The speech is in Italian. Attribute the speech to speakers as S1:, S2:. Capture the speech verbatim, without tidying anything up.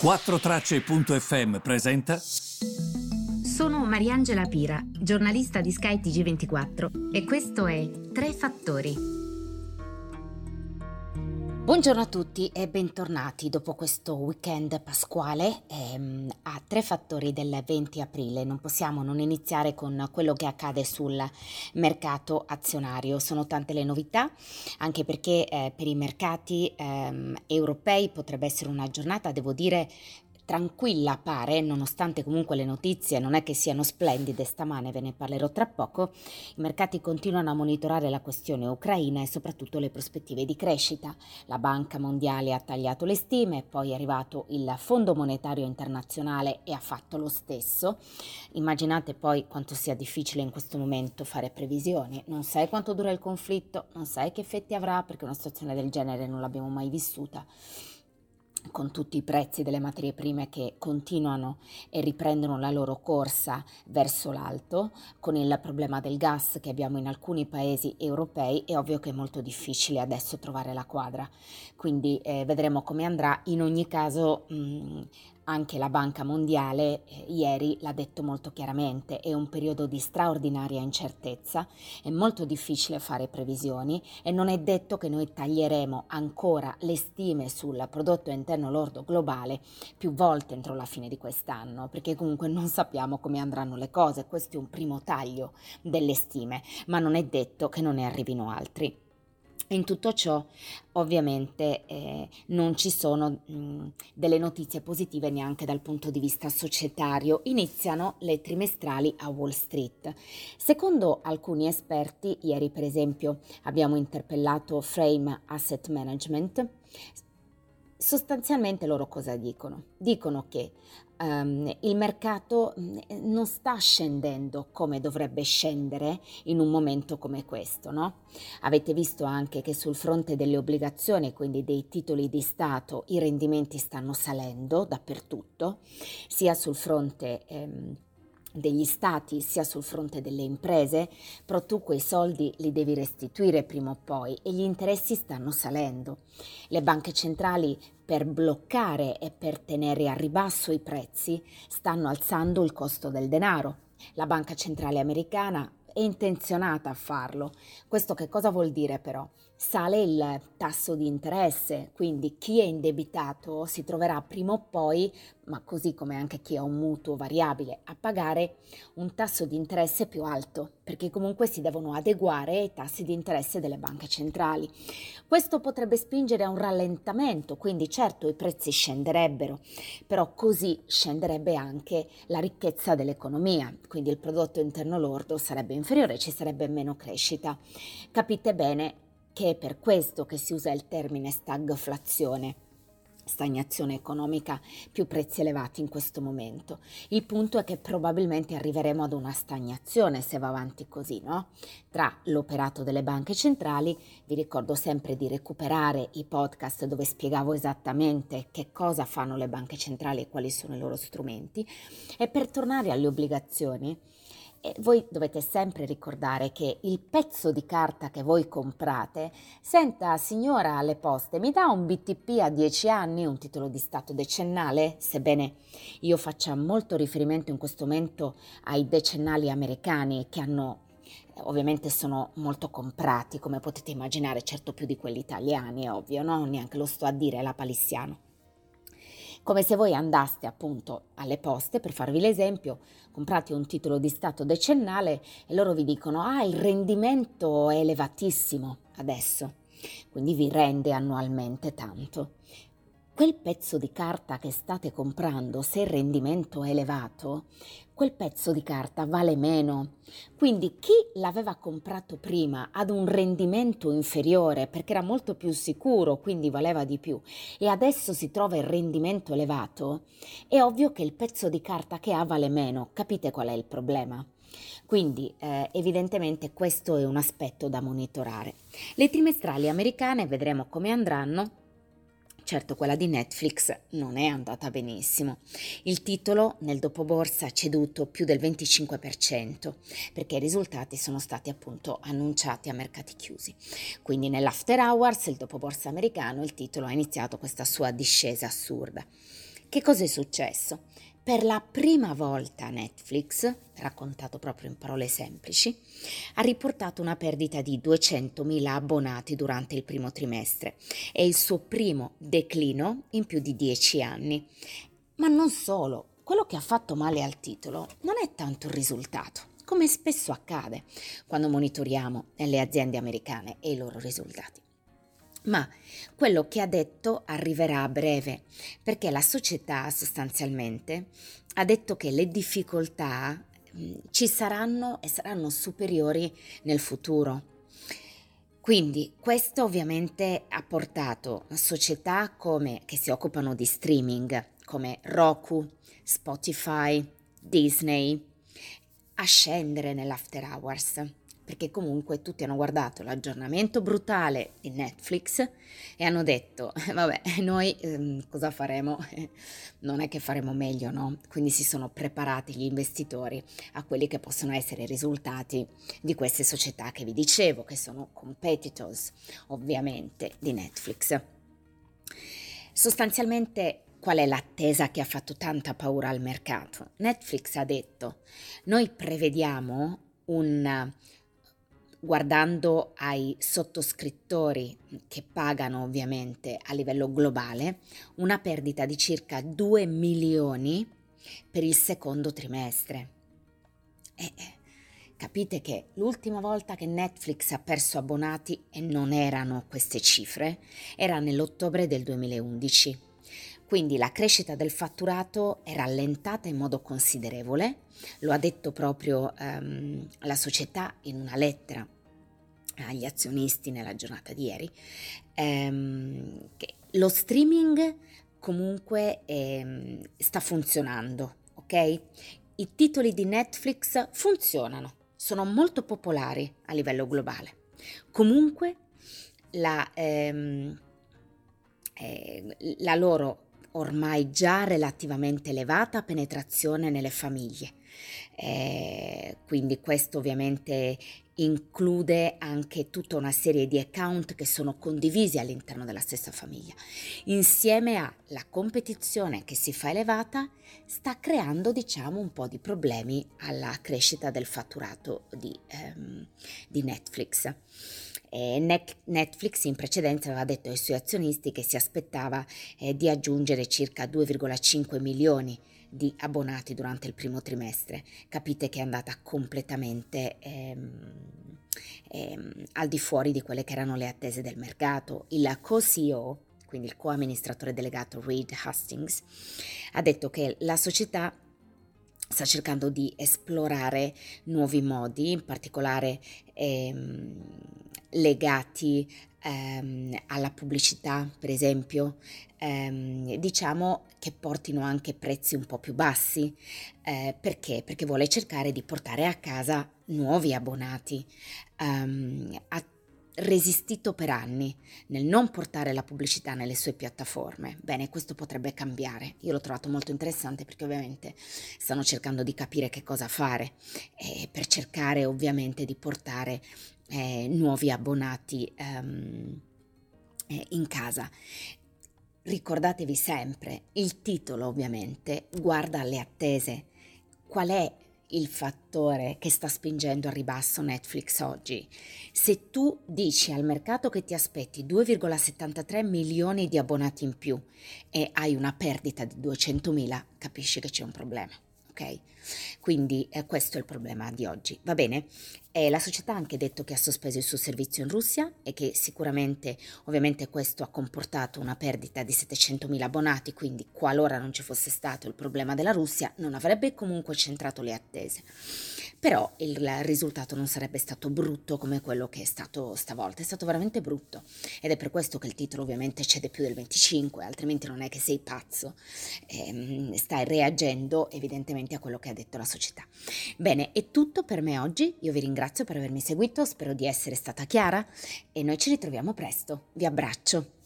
S1: quattro tracce punto effe emme presenta.
S2: Sono Mariangela Pira, giornalista di Sky T G ventiquattro e questo è Tre Fattori.
S3: Buongiorno a tutti e bentornati dopo questo weekend pasquale ehm, a Tre Fattori del venti aprile. Non possiamo non iniziare con quello che accade sul mercato azionario. Sono tante le novità, anche perché eh, per i mercati ehm, europei potrebbe essere una giornata, devo dire, tranquilla pare, nonostante comunque le notizie non è che siano splendide stamane, ve ne parlerò tra poco. I mercati continuano a monitorare la questione ucraina e soprattutto le prospettive di crescita. La Banca Mondiale ha tagliato le stime, poi è arrivato il Fondo Monetario Internazionale e ha fatto lo stesso. Immaginate poi quanto sia difficile in questo momento fare previsioni. Non sai quanto dura il conflitto, non sai che effetti avrà, perché una situazione del genere non l'abbiamo mai vissuta, con tutti i prezzi delle materie prime che continuano e riprendono la loro corsa verso l'alto, con il problema del gas che abbiamo in alcuni paesi europei. È ovvio che è molto difficile adesso trovare la quadra, quindi eh, vedremo come andrà. In ogni caso mh, anche la Banca Mondiale eh, ieri l'ha detto molto chiaramente: è un periodo di straordinaria incertezza, è molto difficile fare previsioni e non è detto che noi taglieremo ancora le stime sul prodotto interno lordo globale più volte entro la fine di quest'anno, perché comunque non sappiamo come andranno le cose. Questo è un primo taglio delle stime, ma non è detto che non ne arrivino altri. In tutto ciò ovviamente eh, non ci sono mh, delle notizie positive neanche dal punto di vista societario. Iniziano le trimestrali a Wall Street. Secondo alcuni esperti, ieri per esempio abbiamo interpellato Frame Asset Management. Sostanzialmente loro cosa dicono? Dicono che um, il mercato non sta scendendo come dovrebbe scendere in un momento come questo, no? Avete visto anche che sul fronte delle obbligazioni, quindi dei titoli di Stato, i rendimenti stanno salendo dappertutto, sia sul fronte ehm, degli stati sia sul fronte delle imprese, però tu quei soldi li devi restituire prima o poi e gli interessi stanno salendo. Le banche centrali, per bloccare e per tenere a ribasso i prezzi, stanno alzando il costo del denaro. La Banca Centrale Americana è intenzionata a farlo. Questo che cosa vuol dire però? Sale il tasso di interesse, quindi chi è indebitato si troverà prima o poi, ma così come anche chi ha un mutuo variabile, a pagare un tasso di interesse più alto, perché comunque si devono adeguare ai tassi di interesse delle banche centrali. Questo potrebbe spingere a un rallentamento, quindi certo i prezzi scenderebbero, però così scenderebbe anche la ricchezza dell'economia, quindi il prodotto interno lordo sarebbe inferiore, ci sarebbe meno crescita. Capite bene che è per questo che si usa il termine stagflazione, stagnazione economica, più prezzi elevati in questo momento. Il punto è che probabilmente arriveremo ad una stagnazione se va avanti così, no? Tra l'operato delle banche centrali, vi ricordo sempre di recuperare i podcast dove spiegavo esattamente che cosa fanno le banche centrali e quali sono i loro strumenti, e per tornare alle obbligazioni, e voi dovete sempre ricordare che il pezzo di carta che voi comprate, senta signora alle poste, mi dà un B T P a dieci anni, un titolo di Stato decennale? Sebbene io faccia molto riferimento in questo momento ai decennali americani, che hanno ovviamente sono molto comprati, come potete immaginare, certo più di quelli italiani, è ovvio, no? Neanche lo sto a dire, è la palissiano. Come se voi andaste appunto alle poste, per farvi l'esempio, comprate un titolo di Stato decennale e loro vi dicono: ah, il rendimento è elevatissimo adesso, quindi vi rende annualmente tanto. Quel pezzo di carta che state comprando, se il rendimento è elevato, quel pezzo di carta vale meno. Quindi chi l'aveva comprato prima ad un rendimento inferiore perché era molto più sicuro, quindi valeva di più, e adesso si trova il rendimento elevato, è ovvio che il pezzo di carta che ha vale meno. Capite qual è il problema? Quindi eh, evidentemente questo è un aspetto da monitorare. Le trimestrali americane vedremo come andranno. Certo, quella di Netflix non è andata benissimo. Il titolo nel dopoborsa ha ceduto più del venticinque per cento perché i risultati sono stati appunto annunciati a mercati chiusi. Quindi nell'after hours, il dopoborsa americano, il titolo ha iniziato questa sua discesa assurda. Che cosa è successo? Per la prima volta Netflix, raccontato proprio in parole semplici, ha riportato una perdita di duecentomila abbonati durante il primo trimestre. È il suo primo declino in più di dieci anni. Ma non solo, quello che ha fatto male al titolo non è tanto il risultato, come spesso accade quando monitoriamo le aziende americane e i loro risultati. Ma quello che ha detto arriverà a breve, perché la società sostanzialmente ha detto che le difficoltà mh, ci saranno e saranno superiori nel futuro. Quindi questo ovviamente ha portato società come, che si occupano di streaming, come Roku, Spotify, Disney, a scendere nell'after hours, perché comunque tutti hanno guardato l'aggiornamento brutale di Netflix e hanno detto, vabbè, noi ehm, cosa faremo? Non è che faremo meglio, no? Quindi si sono preparati gli investitori a quelli che possono essere i risultati di queste società che vi dicevo, che sono competitors, ovviamente, di Netflix. Sostanzialmente, qual è l'attesa che ha fatto tanta paura al mercato? Netflix ha detto, noi prevediamo un... guardando ai sottoscrittori che pagano ovviamente a livello globale, una perdita di circa due milioni per il secondo trimestre. E capite che l'ultima volta che Netflix ha perso abbonati, e non erano queste cifre, era nell'ottobre del duemilaundici. Quindi la crescita del fatturato è rallentata in modo considerevole, lo ha detto proprio ehm, la società in una lettera agli azionisti nella giornata di ieri, ehm, che lo streaming comunque ehm, sta funzionando, ok? I titoli di Netflix funzionano, sono molto popolari a livello globale. Comunque la, ehm, eh, la loro ormai già relativamente elevata penetrazione nelle famiglie. Eh, quindi questo ovviamente include anche tutta una serie di account che sono condivisi all'interno della stessa famiglia. Insieme alla competizione che si fa elevata, sta creando, diciamo, un po' di problemi alla crescita del fatturato di, ehm, di Netflix. Eh, Netflix in precedenza aveva detto ai suoi azionisti che si aspettava eh, di aggiungere circa due virgola cinque milioni di abbonati durante il primo trimestre. Capite che è andata completamente ehm, ehm, al di fuori di quelle che erano le attese del mercato. Il co-C E O, quindi il co-amministratore delegato Reed Hastings, ha detto che la società sta cercando di esplorare nuovi modi, in particolare ehm, legati ehm, alla pubblicità, per esempio, ehm, diciamo che portino anche prezzi un po' più bassi. Eh, perché? Perché vuole cercare di portare a casa nuovi abbonati. Um, ha resistito per anni nel non portare la pubblicità nelle sue piattaforme. Bene, questo potrebbe cambiare. Io l'ho trovato molto interessante perché ovviamente stanno cercando di capire che cosa fare eh, per cercare ovviamente di portare eh, nuovi abbonati um, eh, in casa. Ricordatevi sempre, il titolo ovviamente guarda alle attese. Qual è il fattore che sta spingendo a ribasso Netflix oggi? Se tu dici al mercato che ti aspetti due virgola settantatré milioni di abbonati in più e hai una perdita di duecentomila, capisci che c'è un problema, ok? Quindi eh, questo è il problema di oggi, va bene? E la società ha anche detto che ha sospeso il suo servizio in Russia e che sicuramente ovviamente questo ha comportato una perdita di settecentomila abbonati, quindi qualora non ci fosse stato il problema della Russia non avrebbe comunque centrato le attese. Però il risultato non sarebbe stato brutto come quello che è stato stavolta, è stato veramente brutto ed è per questo che il titolo ovviamente cede più del venticinque, altrimenti non è che sei pazzo, ehm, stai reagendo evidentemente a quello che ha detto la società. Bene, è tutto per me oggi, io vi ringrazio per avermi seguito, spero di essere stata chiara e noi ci ritroviamo presto, vi abbraccio.